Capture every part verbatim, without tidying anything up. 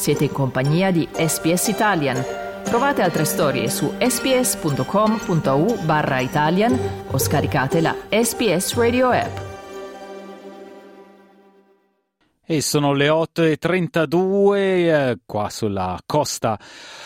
Siete in compagnia di S B S Italian. Trovate altre storie su sbs.com.au barra Italian o scaricate la S B S Radio app. E sono le otto e trentadue eh, qua sulla costa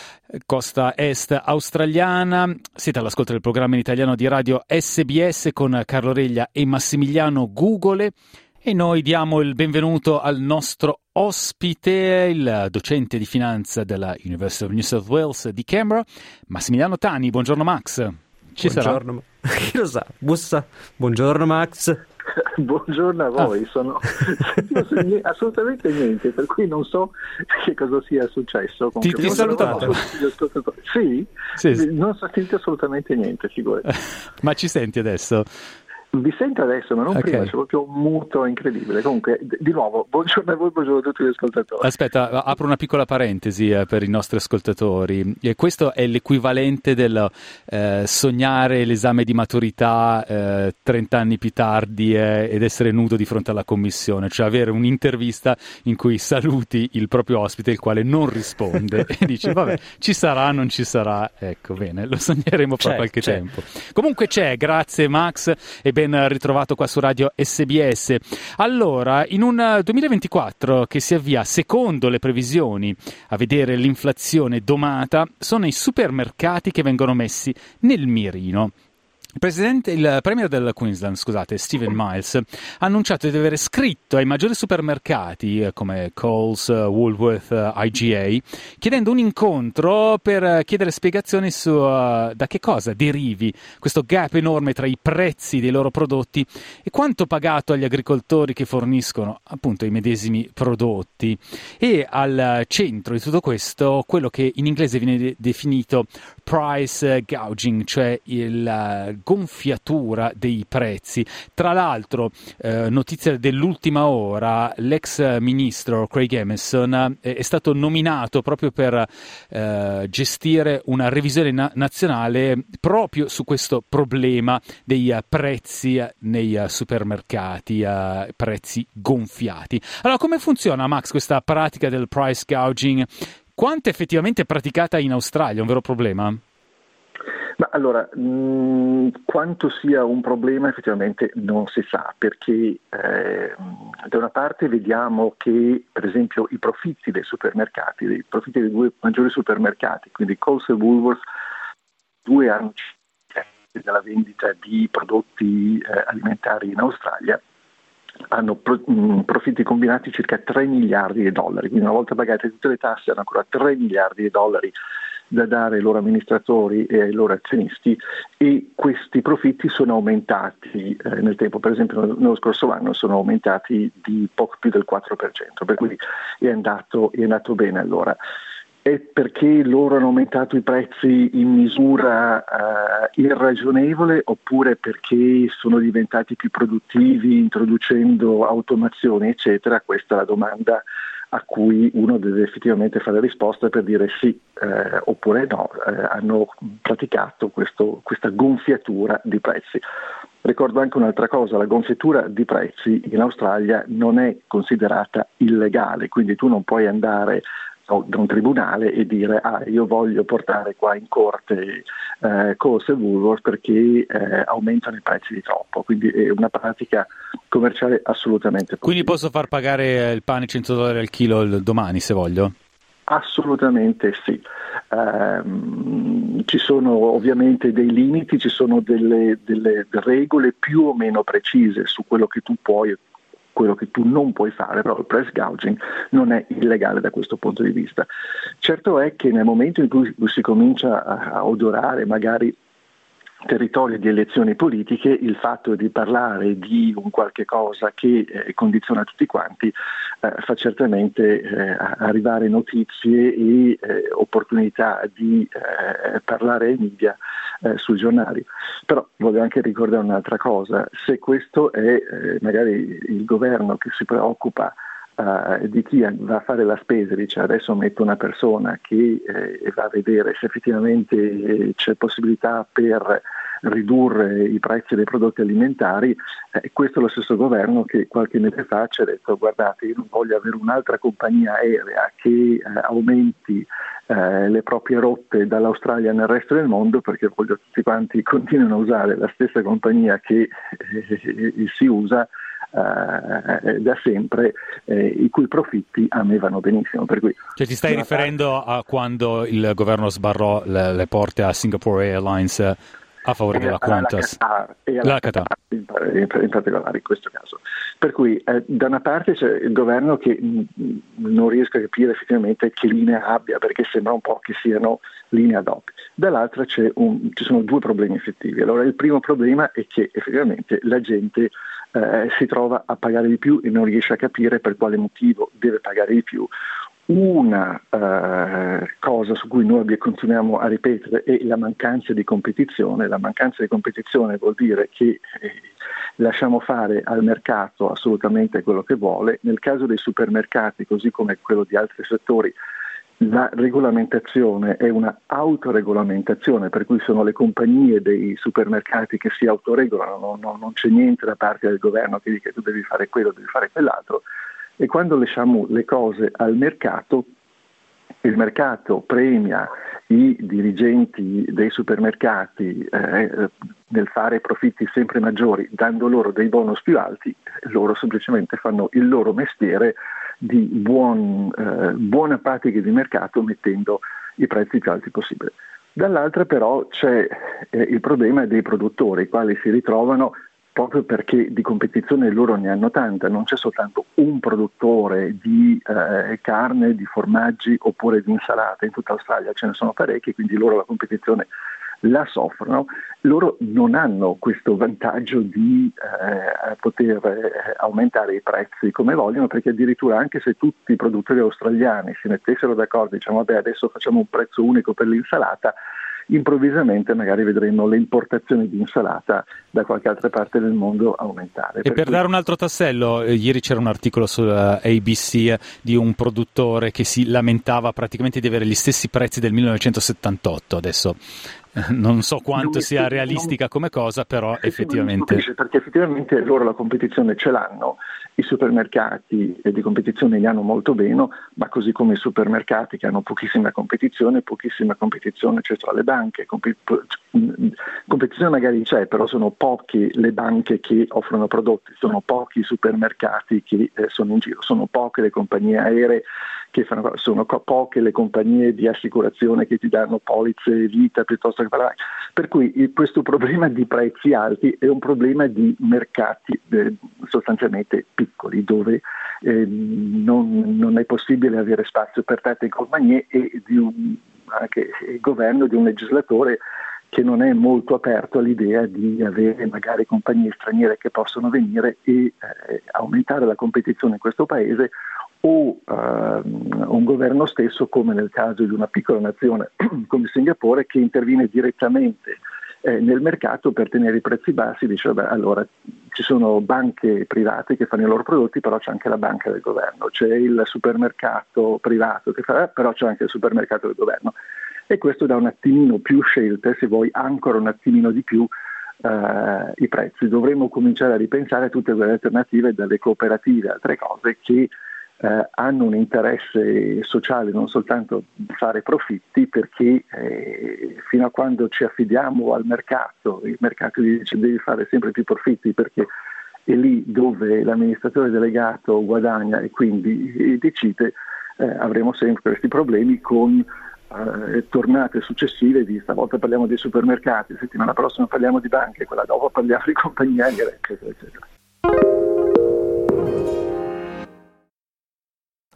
costa est australiana. Siete all'ascolto del programma in italiano di radio S B S con Carlo Reglia e Massimiliano Gugole e noi diamo il benvenuto al nostro ospite, il docente di finanza della University of New South Wales di Canberra, Massimiliano Tani. Buongiorno Max. Ci buongiorno. Sarà? Chi lo sa? Bussa. Buongiorno Max. Buongiorno a voi, ah. sono assolutamente niente, per cui non so che cosa sia successo. Ti, ti salutato? Sì, sì, sì, non ho sentito assolutamente niente, figurati. Ma ci senti adesso? Vi sento adesso, ma non okay. prima, c'è proprio un muto incredibile. Comunque, di nuovo, buongiorno a voi, buongiorno a tutti gli ascoltatori. Aspetta, apro una piccola parentesi eh, per i nostri ascoltatori. E questo è l'equivalente del eh, sognare l'esame di maturità eh, trenta anni più tardi eh, ed essere nudo di fronte alla commissione, cioè avere un'intervista in cui saluti il proprio ospite, il quale non risponde e dici, vabbè, ci sarà, non ci sarà. Ecco, bene, lo sogneremo fra c'è, qualche c'è. tempo. Comunque c'è, grazie Max, e ben ritrovato qua su radio S B S. Allora, in un duemilaventiquattro che si avvia secondo le previsioni a vedere l'inflazione domata, sono i supermercati che vengono messi nel mirino. Il presidente, il premier del Queensland, scusate, Stephen Miles, ha annunciato di aver scritto ai maggiori supermercati eh, come Coles, Woolworth, I G A, chiedendo un incontro per chiedere spiegazioni su uh, da che cosa derivi questo gap enorme tra i prezzi dei loro prodotti e quanto pagato agli agricoltori che forniscono appunto i medesimi prodotti. E al centro di tutto questo quello che in inglese viene de- definito price gouging, cioè il gonfiatura dei prezzi. Tra l'altro, eh, notizia dell'ultima ora, l'ex ministro Craig Emerson eh, è stato nominato proprio per eh, gestire una revisione na- nazionale proprio su questo problema dei uh, prezzi nei uh, supermercati, uh, prezzi gonfiati. Allora, come funziona, Max, questa pratica del price gouging? Quanto è effettivamente praticata in Australia? È un vero problema? Ma allora, mh, quanto sia un problema effettivamente non si sa, perché eh, da una parte vediamo che per esempio i profitti dei supermercati, i profitti dei due maggiori supermercati, quindi Coles e Woolworth, due hanno della vendita di prodotti eh, alimentari in Australia, hanno pro, mh, profitti combinati circa tre miliardi di dollari, quindi una volta pagate tutte le tasse hanno ancora tre miliardi di dollari da dare ai loro amministratori e ai loro azionisti, e questi profitti sono aumentati eh, nel tempo. Per esempio nello scorso anno sono aumentati di poco più del quattro per cento, per cui è andato, è andato bene. Allora, è perché loro hanno aumentato i prezzi in misura uh, irragionevole, oppure perché sono diventati più produttivi introducendo automazione eccetera? Questa è la domanda a cui uno deve effettivamente fare risposta per dire sì eh, oppure no, eh, hanno praticato questo, questa gonfiatura di prezzi. Ricordo anche un'altra cosa, la gonfiatura di prezzi in Australia non è considerata illegale, quindi tu non puoi andare da un tribunale e dire ah io voglio portare qua in corte eh, Coles e Woolworth perché eh, aumentano i prezzi di troppo, quindi è una pratica commerciale assolutamente possibile. Quindi posso far pagare il pane cento dollari al chilo domani se voglio? Assolutamente sì. Um, ci sono ovviamente dei limiti, ci sono delle, delle regole più o meno precise su quello che tu puoi, quello che tu non puoi fare, però il price gouging non è illegale da questo punto di vista. Certo è che nel momento in cui si comincia a odorare magari territorio di elezioni politiche, il fatto di parlare di un qualche cosa che eh, condiziona tutti quanti eh, fa certamente eh, arrivare notizie e eh, opportunità di eh, parlare ai media eh, sui giornali. Però voglio anche ricordare un'altra cosa: se questo è eh, magari il governo che si preoccupa Uh, di chi va a fare la spesa, dice adesso metto una persona che eh, va a vedere se effettivamente eh, c'è possibilità per ridurre i prezzi dei prodotti alimentari, eh, questo è lo stesso governo che qualche mese fa ci ha detto guardate, io non voglio avere un'altra compagnia aerea che eh, aumenti eh, le proprie rotte dall'Australia nel resto del mondo, perché voglio che tutti quanti continuino a usare la stessa compagnia che eh, si usa Uh, da sempre, eh, i cui profitti a me vanno benissimo. Per cui, cioè ti stai riferendo parte... a quando il governo sbarrò le, le porte a Singapore Airlines a favore della Qantas e alla Qatar, in, in, in particolare in questo caso. Per cui eh, da una parte c'è il governo che mh, non riesco a capire effettivamente che linea abbia, perché sembra un po' che siano linee ad hoc. Dall'altra c'è un, ci sono due problemi effettivi. Allora il primo problema è che effettivamente la gente Eh, si trova a pagare di più e non riesce a capire per quale motivo deve pagare di più. Una eh, cosa su cui noi continuiamo a ripetere è la mancanza di competizione. La mancanza di competizione vuol dire che eh, lasciamo fare al mercato assolutamente quello che vuole. Nel caso dei supermercati, così come quello di altri settori, la regolamentazione è una autoregolamentazione, per cui sono le compagnie dei supermercati che si autoregolano, non, non, non c'è niente da parte del governo che dice tu devi fare quello, devi fare quell'altro, e quando lasciamo le cose al mercato, il mercato premia i dirigenti dei supermercati eh, nel fare profitti sempre maggiori, dando loro dei bonus più alti, loro semplicemente fanno il loro mestiere di buon, eh, buona pratica di mercato, mettendo i prezzi più alti possibile. Dall'altra però c'è eh, il problema dei produttori, i quali si ritrovano proprio perché di competizione loro ne hanno tanta, non c'è soltanto un produttore di eh, carne, di formaggi oppure di insalata, in tutta Australia ce ne sono parecchi, quindi loro la competizione la soffrono. Loro non hanno questo vantaggio di eh, poter eh, aumentare i prezzi come vogliono, perché addirittura anche se tutti i produttori australiani si mettessero d'accordo, diciamo vabbè adesso facciamo un prezzo unico per l'insalata, improvvisamente magari vedremo le importazioni di insalata da qualche altra parte del mondo aumentare. E per, per cui... dare un altro tassello, eh, ieri c'era un articolo sulla A B C eh, di un produttore che si lamentava praticamente di avere gli stessi prezzi del millenovecentosettantotto. Adesso eh, non so quanto non sia realistica non... come cosa, però sì, effettivamente... Sì, perché effettivamente loro la competizione ce l'hanno, i supermercati di competizione li hanno molto meno, ma così come i supermercati che hanno pochissima competizione, pochissima competizione c'è tra le banche, competizione magari c'è, però sono poche le banche che offrono prodotti, sono pochi i supermercati che eh, sono in giro, sono poche le compagnie aeree che fanno, sono poche le compagnie di assicurazione che ti danno polizze vita piuttosto che parlare. Per cui il, questo problema di prezzi alti è un problema di mercati eh, sostanzialmente piccoli, dove eh, non, non è possibile avere spazio per tante compagnie e di un, anche il governo di un legislatore che non è molto aperto all'idea di avere magari compagnie straniere che possono venire e eh, aumentare la competizione in questo paese, o uh, un governo stesso, come nel caso di una piccola nazione come Singapore, che interviene direttamente eh, nel mercato per tenere i prezzi bassi. Dice vabbè, allora ci sono banche private che fanno i loro prodotti, però c'è anche la banca del governo, c'è il supermercato privato che fa, però c'è anche il supermercato del governo, e questo dà un attimino più scelte, se vuoi ancora un attimino di più uh, i prezzi. Dovremmo cominciare a ripensare a tutte quelle alternative, dalle cooperative e altre cose che Eh, hanno un interesse sociale, non soltanto di fare profitti, perché eh, fino a quando ci affidiamo al mercato, il mercato dice devi fare sempre più profitti perché è lì dove l'amministratore delegato guadagna e quindi eh, decide, eh, avremo sempre questi problemi con eh, tornate successive di stavolta parliamo dei supermercati, settimana prossima parliamo di banche, quella dopo parliamo di compagnie aeree, eccetera, eccetera.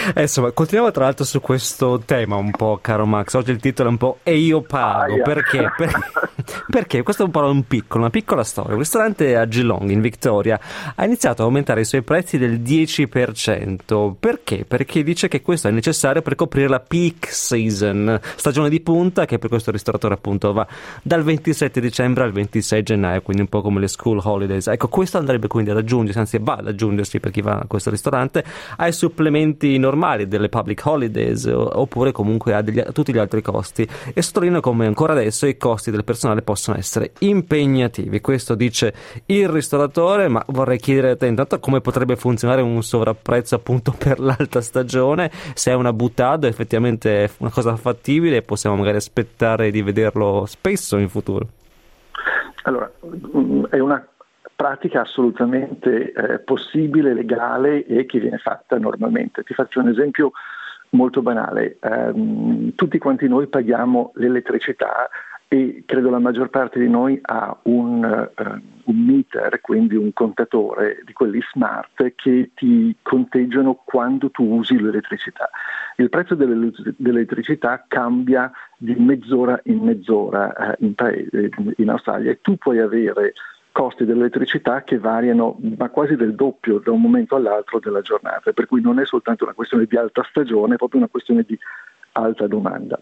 Eh, insomma, continuiamo tra l'altro su questo tema un po', caro Max. Oggi il titolo è un po' E io pago. Ah, yeah. Perché? Perché? Perché? Questo è un po' un piccolo, una piccola storia. Un ristorante a Geelong, in Victoria, ha iniziato a aumentare i suoi prezzi del dieci per cento. Perché? Perché dice che questo è necessario per coprire la peak season, stagione di punta, che per questo ristoratore appunto va dal ventisette dicembre al ventisei gennaio, quindi un po' come le school holidays. Ecco, questo andrebbe quindi ad aggiungersi, anzi va ad aggiungersi per chi va a questo ristorante, ai supplementi normali delle public holidays, oppure comunque a, degli, a tutti gli altri costi. E sottolineo come ancora adesso i costi del personale possono essere impegnativi. Questo dice il ristoratore, ma vorrei chiedere a te intanto come potrebbe funzionare un sovrapprezzo appunto per l'alta stagione, se è una buttata, effettivamente è una cosa fattibile e possiamo magari aspettare di vederlo spesso in futuro. Allora, è una pratica assolutamente eh, possibile, legale e che viene fatta normalmente. Ti faccio un esempio molto banale. Um, tutti quanti noi paghiamo l'elettricità e credo la maggior parte di noi ha un, uh, un meter, quindi un contatore di quelli smart che ti conteggiano quando tu usi l'elettricità. Il prezzo dell'elettricità cambia di mezz'ora in mezz'ora uh, in, paese, in Australia, e tu puoi avere costi dell'elettricità che variano ma quasi del doppio da un momento all'altro della giornata, per cui non è soltanto una questione di alta stagione, è proprio una questione di alta domanda.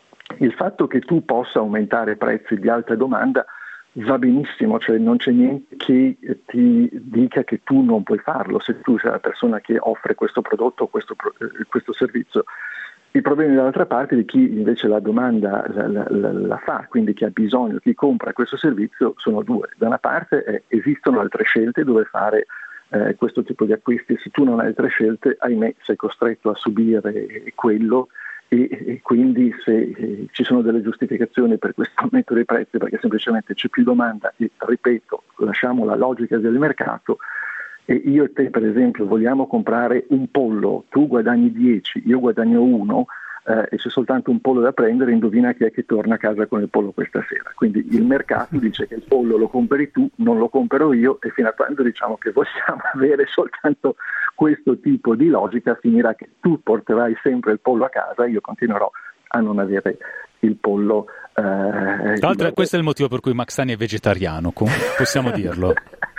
Il fatto che tu possa aumentare prezzi di alta domanda va benissimo, cioè non c'è niente che ti dica che tu non puoi farlo se tu sei la persona che offre questo prodotto o questo, questo servizio. Il problema dall'altra parte di chi invece la domanda la, la, la, la fa, quindi chi ha bisogno, chi compra questo servizio, sono due. Da una parte eh, esistono altre scelte dove fare eh, questo tipo di acquisti. Se tu non hai altre scelte, ahimè, sei costretto a subire quello e, e quindi se eh, ci sono delle giustificazioni per questo aumento dei prezzi, perché semplicemente c'è più domanda e, ripeto, lasciamo la logica del mercato, e io e te per esempio vogliamo comprare un pollo, tu guadagni dieci, io guadagno uno eh, e c'è soltanto un pollo da prendere, indovina chi è che torna a casa con il pollo questa sera. Quindi il mercato dice che il pollo lo compri tu, non lo compro io, e fino a quando diciamo che vogliamo avere soltanto questo tipo di logica finirà che tu porterai sempre il pollo a casa e io continuerò a non avere il pollo. Eh, Tra l'altro questo è il motivo per cui Max Tani è vegetariano, possiamo dirlo.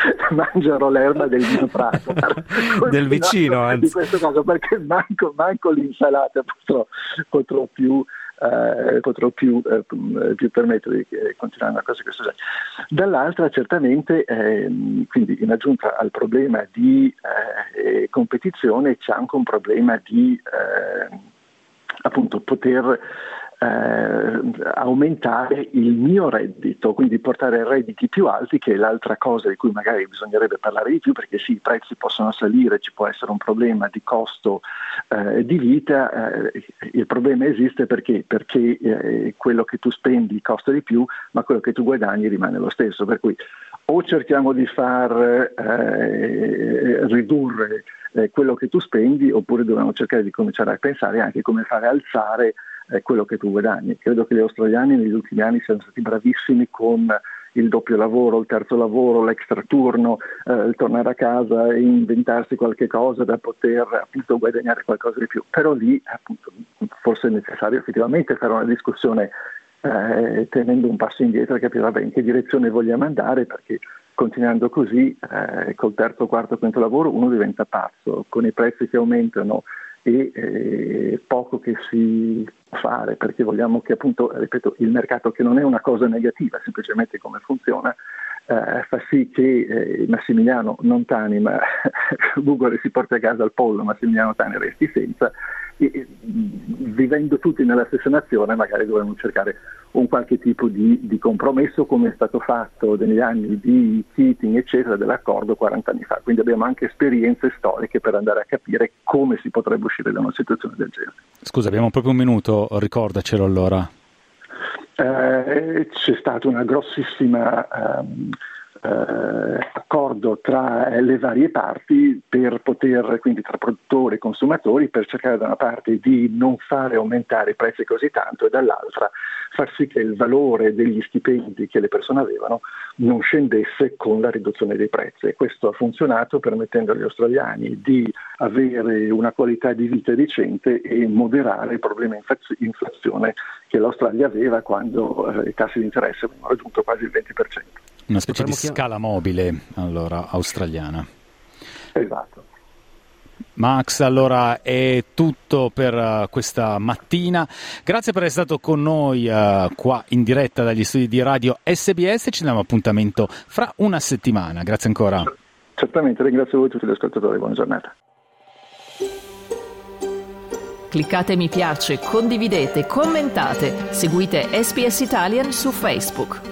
Mangerò l'erba del vino prato del vicino, anzi. Di questo caso, perché manco, manco l'insalata potrò, potrò più eh, potrò più, eh, più permettere di continuare una cosa di questo genere. Dall'altra certamente eh, quindi in aggiunta al problema di eh, competizione c'è anche un problema di eh, appunto poter Eh, aumentare il mio reddito, quindi portare redditi più alti, che è l'altra cosa di cui magari bisognerebbe parlare di più, perché sì, i prezzi possono salire, ci può essere un problema di costo eh, di vita, eh, il problema esiste perché, perché eh, quello che tu spendi costa di più, ma quello che tu guadagni rimane lo stesso, per cui o cerchiamo di far eh, ridurre eh, quello che tu spendi, oppure dobbiamo cercare di cominciare a pensare anche come fare alzare eh, quello che tu guadagni. Credo che gli australiani negli ultimi anni siano stati bravissimi con il doppio lavoro, il terzo lavoro, l'extra turno, eh, il tornare a casa e inventarsi qualche cosa da poter appunto guadagnare qualcosa di più. Però lì appunto forse è necessario effettivamente fare una discussione eh, tenendo un passo indietro e capire bene in che direzione vogliamo andare, perché continuando così eh, col terzo, quarto, quinto lavoro uno diventa pazzo, con i prezzi che aumentano e eh, poco che si può fare, perché vogliamo che appunto, ripeto, il mercato, che non è una cosa negativa, semplicemente come funziona, eh, fa sì che eh, Massimiliano non Tani, ma Google si porta a casa il pollo, Massimiliano Tani resti senza, e, e, vivendo tutti nella stessa nazione magari dovremmo cercare un qualche tipo di, di compromesso, come è stato fatto negli anni di Keating eccetera dell'accordo quaranta anni fa, quindi abbiamo anche esperienze storiche per andare a capire come si potrebbe uscire da una situazione del genere. Scusa, abbiamo proprio un minuto, ricordacelo allora. Eh, c'è stata una grossissima um, eh, accordo tra le varie parti per poter, quindi tra produttori e consumatori, per cercare da una parte di non fare aumentare i prezzi così tanto e dall'altra far sì che il valore degli stipendi che le persone avevano non scendesse con la riduzione dei prezzi. E questo ha funzionato, permettendo agli australiani di avere una qualità di vita decente e moderare il problema di inflazione che l'Australia aveva quando eh, i tassi di interesse avevano raggiunto quasi il venti per cento. Una specie Potremmo di chiam- scala mobile, allora, australiana. Esatto. Max, allora è tutto per uh, questa mattina. Grazie per essere stato con noi uh, qua in diretta dagli studi di Radio S B S. Ci diamo appuntamento fra una settimana. Grazie ancora. Certamente, ringrazio voi tutti gli ascoltatori. Buona giornata. Cliccate mi piace, condividete, commentate, seguite S B S Italian su Facebook.